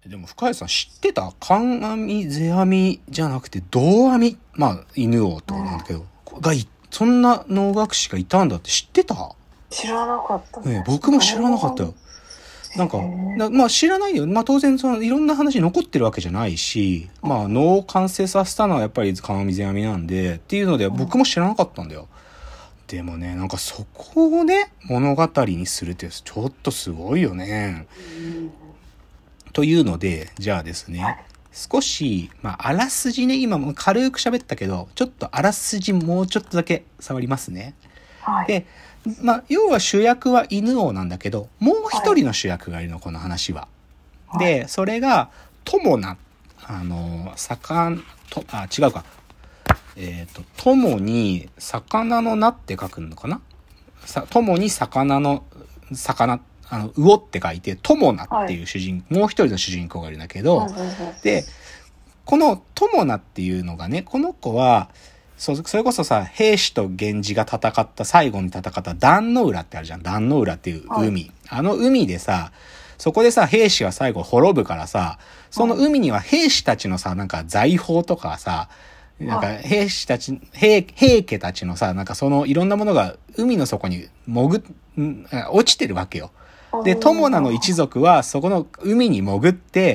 でも深谷さん知ってた？観阿弥、世阿弥じゃなくて道阿弥、まあ犬王となんだけど、そんな能楽師がいたんだって知ってた？ 知らなかったね、僕も知らなかったよ。なんか、まあ知らないよ。まあ当然そのいろんな話残ってるわけじゃないし、まあ能を完成させたのはやっぱり観阿弥、世阿弥なんで、っていうので僕も知らなかったんだよ。でもね、なんかそこをね、物語にするってちょっとすごいよね。というので、じゃあですね、少し、まあ、あらすじね、今も軽く喋ったけど、ちょっとあらすじもうちょっとだけ触りますね。 はい。 で、まあ、要は主役は犬王なんだけど、もう一人の主役がいるの、この話は。で、それが、友名。違うか。友に、魚の名って書くのかな？友に魚の、魚って書いて、友名っていうもう一人の主人公がいるんだけど、で、この友名っていうのがね、この子は、それこそさ、平氏と源氏が最後に戦った壇ノ浦ってあるじゃん。壇ノ浦っていう海。あの海でさ、そこでさ、平氏は最後滅ぶからさ、その海には兵士たちのさ、なんか財宝とかさ、なんか兵家たちのさ、なんかそのいろんなものが海の底に落ちてるわけよ。で、友名の一族はそこの海に潜って、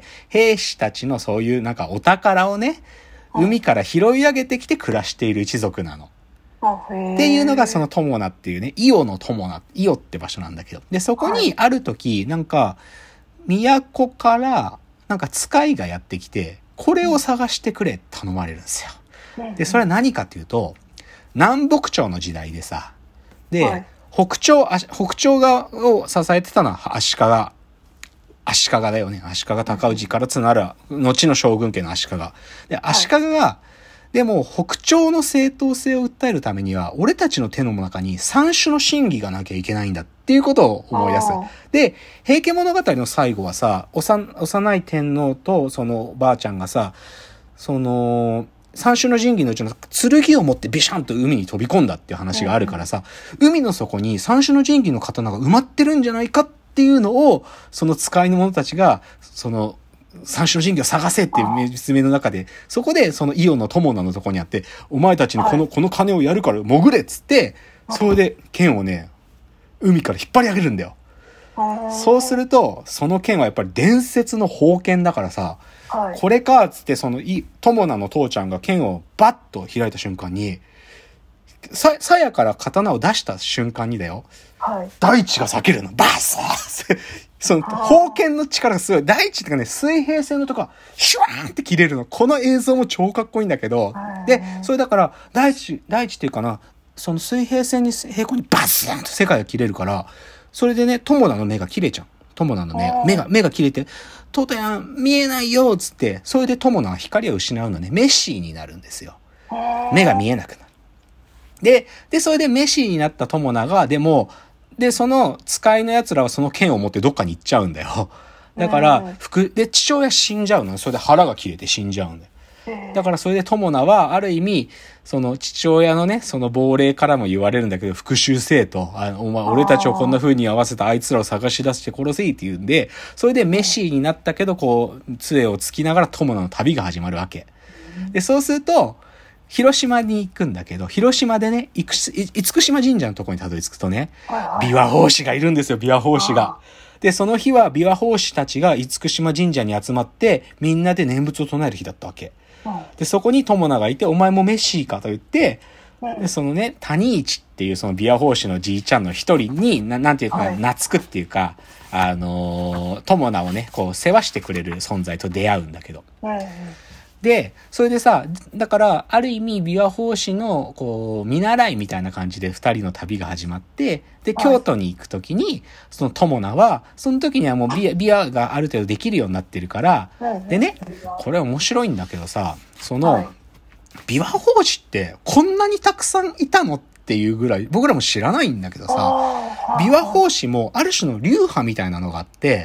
兵士たちのそういうなんかお宝をね、海から拾い上げてきて暮らしている一族なの。っていうのがその友名っていうね、伊予の友名、伊予って場所なんだけど。で、そこにある時、なんか、都からなんか使いがやってきて、これを探してくれって頼まれるんですよ。で、それは何かっていうと、南北朝の時代でさ、で、北朝側を支えてたのは足利だよね。足利尊氏からつながる、後の将軍家の足利。で、足利が、でも北朝の正当性を訴えるためには、俺たちの手の中に三種の神器がなきゃいけないんだっていうことを思い出す。で、平家物語の最後はさ、幼い天皇とそのばあちゃんがさ、その、三種の神器のうちの剣を持ってビシャンと海に飛び込んだっていう話があるからさ、海の底に三種の神器の刀が埋まってるんじゃないかっていうのを、その使いの者たちが、その、三種の神器を探せっていう説明の中で、そこでその伊予の友名のとこにあって、お前たちにこの金をやるから潜れっつって、それで剣をね、海から引っ張り上げるんだよ。そうすると、その剣はやっぱり伝説の宝剣だからさ、これかっつってその友名の父ちゃんが剣をバッと開いた瞬間に、鞘から刀を出した瞬間にだよ。大地が裂けるの。バスその宝剣の力がすごい。大地ってかね、水平線のとこがシュワーンって切れるの。この映像も超かっこいいんだけど。で、それだから大地っていうかな、その水平線に平行にバスーンと世界が切れるから、それでね、友名の目が切れちゃう。友名の目が切れて、トトヤン見えないよっつって、それで友名は光を失うのね、メッシーになるんですよ。目が見えなくなる。で、それでメッシーになった友名が、で、その使いの奴らはその剣を持ってどっかに行っちゃうんだよ。だから、父親死んじゃうの。それで腹が切れて死んじゃうんだよ。だからそれで友名は、ある意味、その父親のね、その亡霊からも言われるんだけど、復讐せえと、お前、俺たちをこんな風に合わせたあいつらを探し出して殺せいって言うんで、それでメシーになったけど、こう、杖をつきながら友名の旅が始まるわけ。で、そうすると、広島に行くんだけど、広島でね、厳島神社のところにたどり着くとね、琵琶法師がいるんですよ、琵琶法師が。で、その日は琵琶法師たちが厳島神社に集まって、みんなで念仏を唱える日だったわけ。で、そこに友名がいて、お前もメッシーかと言って、で、そのね、谷一っていうその琵琶法師のじいちゃんの一人に、なんていうか、懐くっていうか、友名をね、こう、世話してくれる存在と出会うんだけど。で、それでさ、だから、ある意味、琵琶法師の、こう、見習いみたいな感じで二人の旅が始まって、で、京都に行くときに、その友名は、その時にはもう琵琶がある程度できるようになってるから、でね、これ面白いんだけどさ、その、琵琶法師ってこんなにたくさんいたのっていうぐらい、僕らも知らないんだけどさ、琵琶法師もある種の流派みたいなのがあって、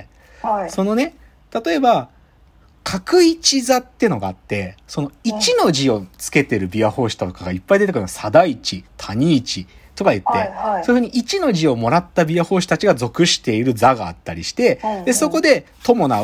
そのね、例えば、角一座ってのがあって、その一の字をつけてる琵琶法師とかがいっぱい出てくるの。貞一、谷一とか言って、そういうふうに一の字をもらった琵琶法師たちが属している座があったりして、で、そこで友名は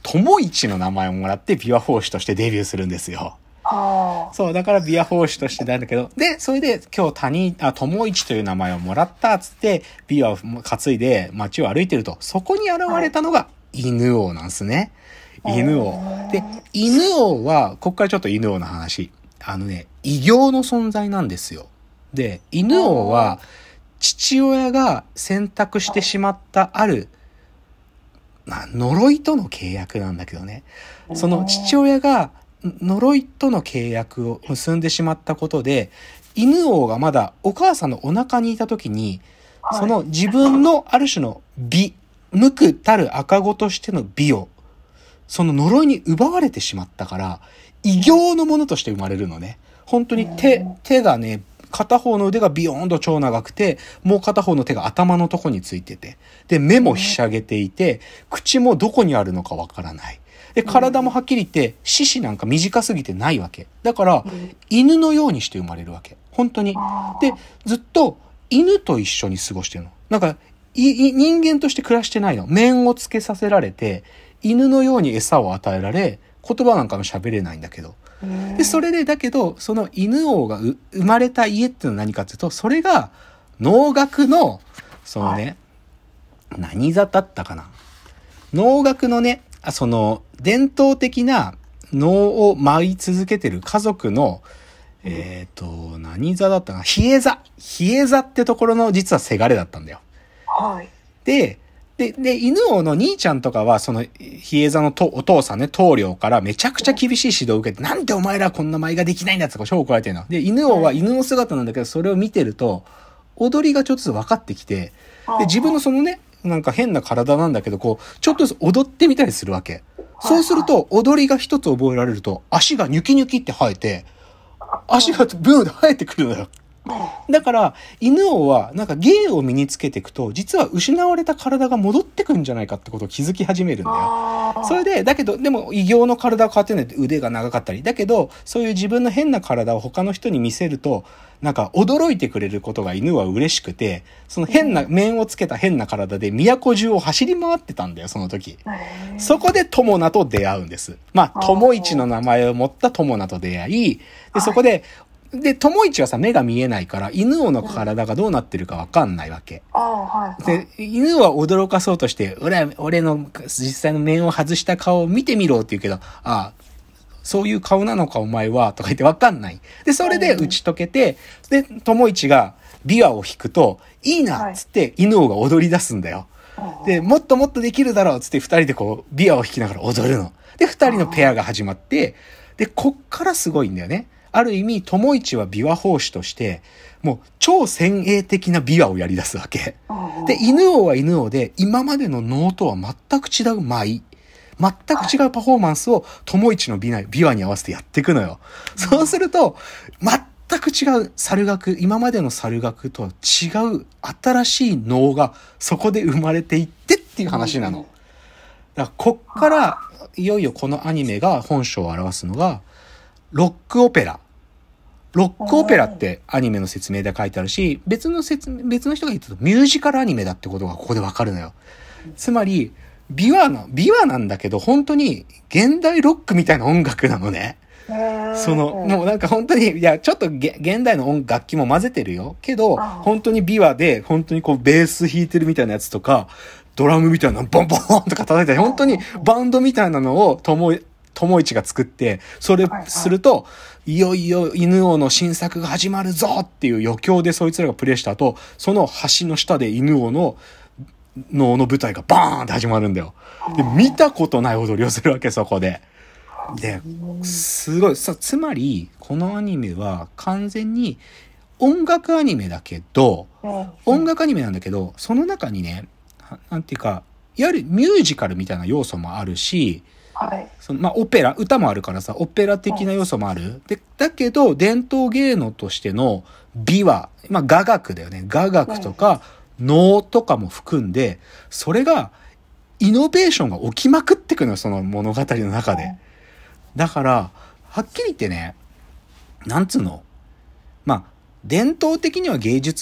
友一の名前をもらって琵琶法師としてデビューするんですよ。そう、だから琵琶法師としてなんだけど、で、それで今日友一という名前をもらったっつって、琵琶を担いで街を歩いてると、そこに現れたのが犬王なんですね。犬王。で、犬王は、こっからちょっと犬王の話。異形の存在なんですよ。で、犬王は、父親が選択してしまったある、呪いとの契約なんだけどね。その父親が呪いとの契約を結んでしまったことで、犬王がまだお母さんのお腹にいた時に、その自分のある種の美、無垢たる赤子としての美を、その呪いに奪われてしまったから、異形のものとして生まれるのね。本当に手がね、片方の腕がビヨーンと超長くて、もう片方の手が頭のとこについてて、で、目もひしゃげていて、口もどこにあるのかわからない。で、体もはっきり言って、四肢なんか短すぎてないわけ。だから、犬のようにして生まれるわけ。本当に。で、ずっと犬と一緒に過ごしてるの。なんか、人間として暮らしてないの。面をつけさせられて、犬のように餌を与えられ、言葉なんかも喋れないんだけど。で、それで、だけど、その犬王が生まれた家っていうのは何かっていうと、それが、能楽の、そのね、何座だったかな。能楽のね、その、伝統的な能を舞い続けてる家族の、何座だったかな。比叡座。比叡座ってところの実はせがれだったんだよ。 はい。 で、犬王の兄ちゃんとかは、その、比叡座のお父さんね、棟梁からめちゃくちゃ厳しい指導を受けて、なんでお前らこんな舞ができないんだって超怒られてるの。で、犬王は犬の姿なんだけど、それを見てると、踊りがちょっとずつ分かってきて、で、自分のそのね、なんか変な体なんだけど、こう、ちょっとずつ踊ってみたりするわけ。そうすると、踊りが一つ覚えられると、足がニュキニュキって生えて、足がブーンって生えてくるのよ。だから、犬王は、なんか芸を身につけていくと、実は失われた体が戻ってくるんじゃないかってことを気づき始めるんだよ。それで、だけど、でも異形の体が変わってないと腕が長かったり、だけど、そういう自分の変な体を他の人に見せると、なんか驚いてくれることが犬は嬉しくて、その変な、面をつけた変な体で都中を走り回ってたんだよ、その時。そこで友名と出会うんです。まあ、友一の名前を持った友名と出会い、で、そこで、友一はさ、目が見えないから、犬王の体がどうなってるかわかんないわけ。で、犬は驚かそうとして、俺の実際の面を外した顔を見てみろって言うけど、そういう顔なのかお前は、とか言ってわかんない。で、それで打ち解けて、で、友一が琵琶を弾くと、いいなっつって犬王が踊り出すんだよ。で、もっともっとできるだろうっつって二人でこう、琵琶を弾きながら踊るの。で、二人のペアが始まって、で、こっからすごいんだよね。ある意味、友一は琵琶法師として、もう超先鋭的な琵琶をやり出すわけ。で、犬王は犬王で、今までの能とは全く違う舞。全く違うパフォーマンスを友一の琵琶に合わせてやっていくのよ。そうすると、全く違う猿楽、今までの猿楽とは違う新しい能がそこで生まれていってっていう話なの。だからこっから、いよいよこのアニメが本性を表すのが、ロックオペラ。ロックオペラってアニメの説明で書いてあるし、別の人が言ってたミュージカルアニメだってことがここでわかるのよ。つまり、琵琶なんだけど、本当に現代ロックみたいな音楽なのね。もうなんか本当に、いや、ちょっと現代の楽器も混ぜてるよ。けど、本当に琵琶で、本当にこうベース弾いてるみたいなやつとか、ドラムみたいなボンボンとか叩いたり、本当にバンドみたいなのを友一が作って、それすると、いよいよ犬王の新作が始まるぞっていう余興でそいつらがプレイした後、その橋の下で犬王の能の舞台がバーンって始まるんだよ。で、見たことない踊りをするわけ、そこで。で、すごい。つまり、このアニメは完全に音楽アニメだけど、音楽アニメなんだけど、その中にね、なんていうか、いわゆるミュージカルみたいな要素もあるし、オペラ、歌もあるからさ、オペラ的な要素もある。で、だけど、伝統芸能としての美は、雅楽だよね。雅楽とか、能とかも含んで、それが、イノベーションが起きまくってくのよ、その物語の中で。だから、はっきり言ってね、なんつうの、伝統的には芸術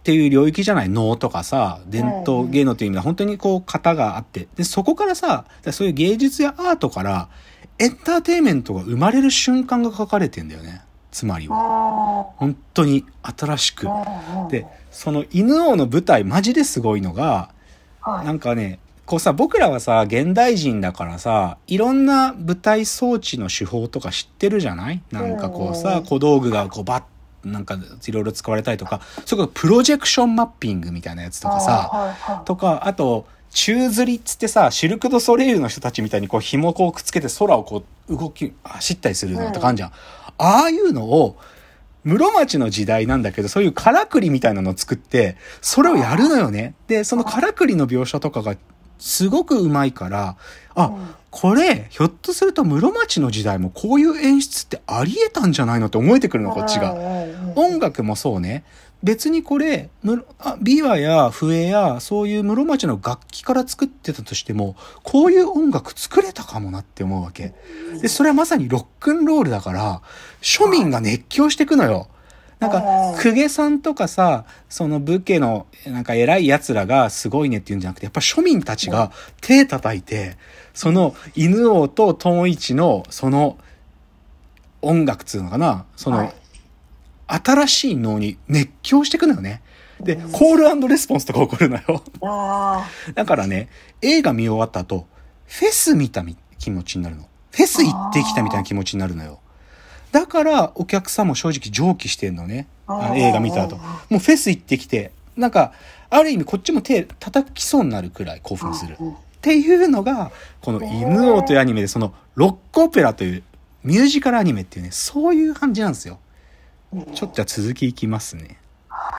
っていう領域じゃない、能とかさ、伝統芸能という意味では本当にこう型があって、で、そこからさ、そういう芸術やアートからエンターテインメントが生まれる瞬間が書かれてんだよね。つまりは。本当に新しく。で、その犬王の舞台マジですごいのが、なんかね、こうさ、僕らはさ、現代人だからさ、いろんな舞台装置の手法とか知ってるじゃない？なんかこうさ、小道具がこうバッ、なんかいろいろ使われたりとか、それこそプロジェクションマッピングみたいなやつとかさ、とか、あと、宙吊りっつってさ、シルク・ドゥ・ソレイユの人たちみたいにこう紐こうくっつけて空をこう走ったりするのとかあんじゃん。ああいうのを、室町の時代なんだけど、そういうからくりみたいなのを作って、それをやるのよね。で、そのからくりの描写とかがすごくうまいから、これ、ひょっとすると室町の時代もこういう演出ってあり得たんじゃないのって思えてくるの、こっちが。音楽もそうね。別にこれ、琵琶や笛やそういう室町の楽器から作ってたとしても、こういう音楽作れたかもなって思うわけ。で、それはまさにロックンロールだから、庶民が熱狂してくのよ。なんか、公家さんとかさ、その武家のなんか偉い奴らがすごいねって言うんじゃなくて、やっぱ庶民たちが手叩いて、その犬王と友一のその音楽っつうのかな、その新しい能に熱狂してくのよね。で、コール&レスポンスとか起こるのよ。だからね、映画見終わった後、フェス見た気持ちになるの。フェス行ってきたみたいな気持ちになるのよ。だからお客さんも正直蒸気してんのね。映画見た後。もうフェス行ってきて、なんか、ある意味こっちも手叩きそうになるくらい興奮する。っていうのが、この犬王というアニメで、そのロックオペラというミュージカルアニメっていうね、そういう感じなんですよ。ちょっと続きいきますね。